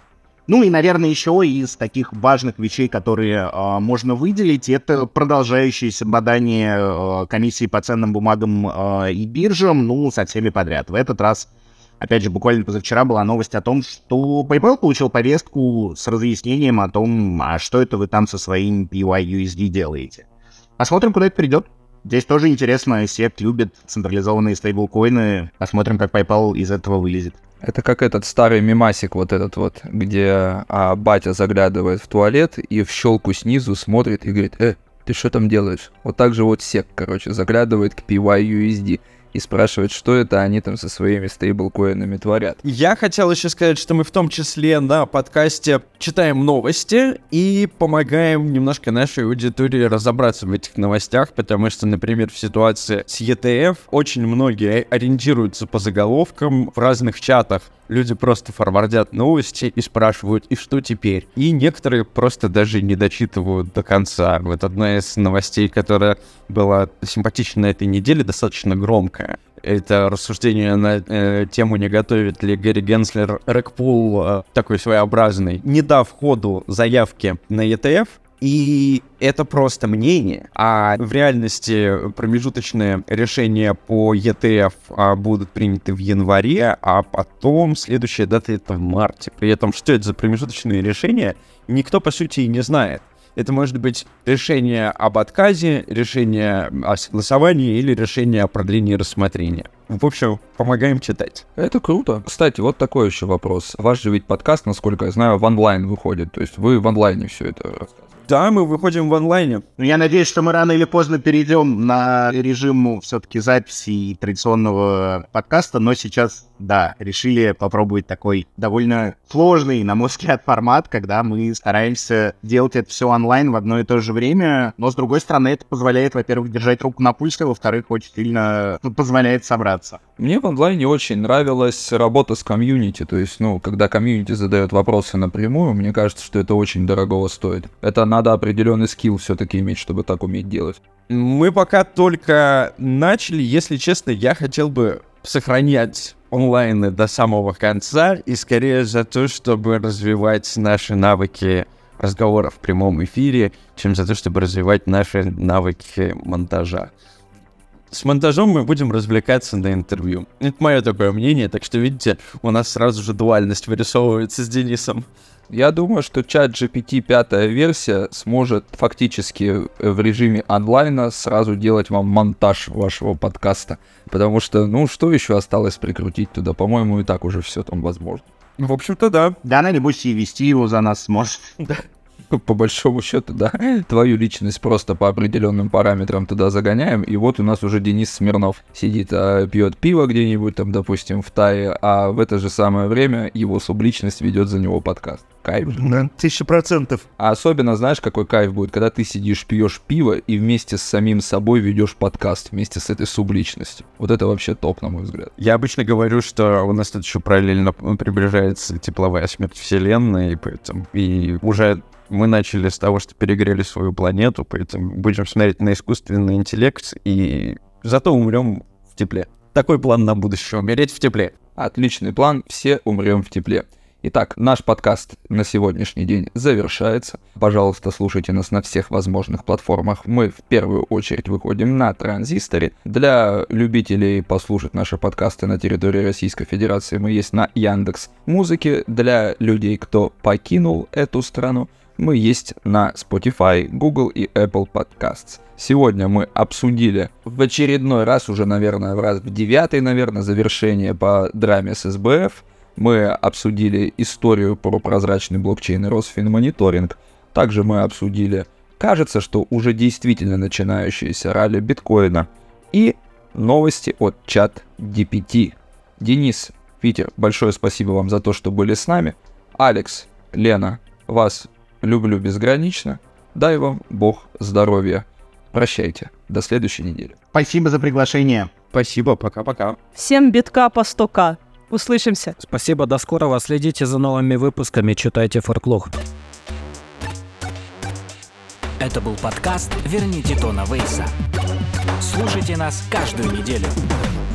Ну и, наверное, еще из таких важных вещей, которые э, можно выделить, это продолжающееся бадание э, комиссии по ценным бумагам э, и биржам, ну, со всеми подряд. В этот раз, опять же, буквально позавчера была новость о том, что PayPal получил повестку с разъяснением о том, а что это вы там со своим пи уай ю эс ди делаете. Посмотрим, куда это придет. Здесь тоже интересно, сект любит централизованные стейблкоины. Посмотрим, как PayPal из этого вылезет. Это как этот старый мемасик вот этот вот, где а, батя заглядывает в туалет и в щелку снизу смотрит и говорит: «Э, ты что там делаешь?» Вот так же вот сек, короче, заглядывает к пи уай ю эс ди и спрашивает, что это они там со своими стейблкоинами творят. Я хотел еще сказать, что мы в том числе на подкасте читаем новости и помогаем немножко нашей аудитории разобраться в этих новостях, потому что, например, в ситуации с и ти эф очень многие ориентируются по заголовкам в разных чатах. Люди просто форвардят новости и спрашивают, и что теперь? И некоторые просто даже не дочитывают до конца. Вот одна из новостей, которая была симпатична на этой неделе, достаточно громкая. Это рассуждение на э, тему, не готовит ли Гэри Генслер рэгпул э, такой своеобразный, не дав ходу заявки на и ти эф. И это просто мнение, а в реальности промежуточные решения по и ти эф а, будут приняты в январе, а потом следующая дата — это в марте. При этом, что это за промежуточные решения, никто, по сути, и не знает. Это может быть решение об отказе, решение о согласовании или решение о продлении рассмотрения. В общем, помогаем читать. Это круто. Кстати, вот такой еще вопрос. Ваш же ведь подкаст, насколько я знаю, в онлайн выходит. То есть вы в онлайне все это рассказываете. Да, мы выходим в онлайне. Ну, я надеюсь, что мы рано или поздно перейдем на режим все-таки записи и традиционного подкаста, но сейчас, да, решили попробовать такой довольно сложный, на мой взгляд, формат, когда мы стараемся делать это все онлайн в одно и то же время, но, с другой стороны, это позволяет, во-первых, держать руку на пульсе, во-вторых, очень сильно ну, позволяет собраться. Мне в онлайне очень нравилась работа с комьюнити, то есть, ну, когда комьюнити задает вопросы напрямую, мне кажется, что это очень дорого стоит. Это надо определенный скилл все-таки иметь, чтобы так уметь делать. Мы пока только начали, если честно, я хотел бы сохранять онлайны до самого конца и скорее за то, чтобы развивать наши навыки разговора в прямом эфире, чем за то, чтобы развивать наши навыки монтажа. С монтажом мы будем развлекаться на интервью. Это мое такое мнение, так что, видите, у нас сразу же дуальность вырисовывается с Денисом. Я думаю, что чат джи пи ти пятая версия сможет фактически в режиме онлайна сразу делать вам монтаж вашего подкаста. Потому что, ну, что еще осталось прикрутить туда? По-моему, и так уже все там возможно. В общем-то, да. Да, она, небось, и вести его за нас сможет. По большому счету, да, твою личность просто по определенным параметрам туда загоняем, и вот у нас уже Денис Смирнов сидит, а, пьет пиво где-нибудь там, допустим, в Тае, а в это же самое время его субличность ведет за него подкаст. Кайф же. На тысячу процентов. А особенно, знаешь, какой кайф будет, когда ты сидишь, пьешь пиво и вместе с самим собой ведешь подкаст, вместе с этой субличностью. Вот это вообще топ, на мой взгляд. Я обычно говорю, что у нас тут еще параллельно приближается тепловая смерть Вселенной, и поэтому и уже мы начали с того, что перегрели свою планету, поэтому будем смотреть на искусственный интеллект и зато умрем в тепле. Такой план на будущее — умереть в тепле. Отличный план, все умрем в тепле. Итак, наш подкаст на сегодняшний день завершается. Пожалуйста, слушайте нас на всех возможных платформах. Мы в первую очередь выходим на Транзисторе. Для любителей послушать наши подкасты на территории Российской Федерации мы есть на Яндекс.Музыке. Для людей, кто покинул эту страну, мы есть на Spotify, Google и Apple Podcasts. Сегодня мы обсудили в очередной раз, уже, наверное, в раз в девятый, наверное, завершение по драме с эс бэ эф. Мы обсудили историю про прозрачный блокчейн и Росфинмониторинг. Также мы обсудили, кажется, что уже действительно начинающееся ралли биткоина и новости от чат джи пи ти. Денис, Питер, большое спасибо вам за то, что были с нами. Алекс, Лена, вас люблю безгранично. Дай вам Бог здоровья. Прощайте. До следующей недели. Спасибо за приглашение. Спасибо, пока-пока. Всем битка по сто ка. Услышимся. Спасибо, до скорого. Следите за новыми выпусками, читайте Форклог. Это был подкаст «Верните Тона Вейса». Слушайте нас каждую неделю.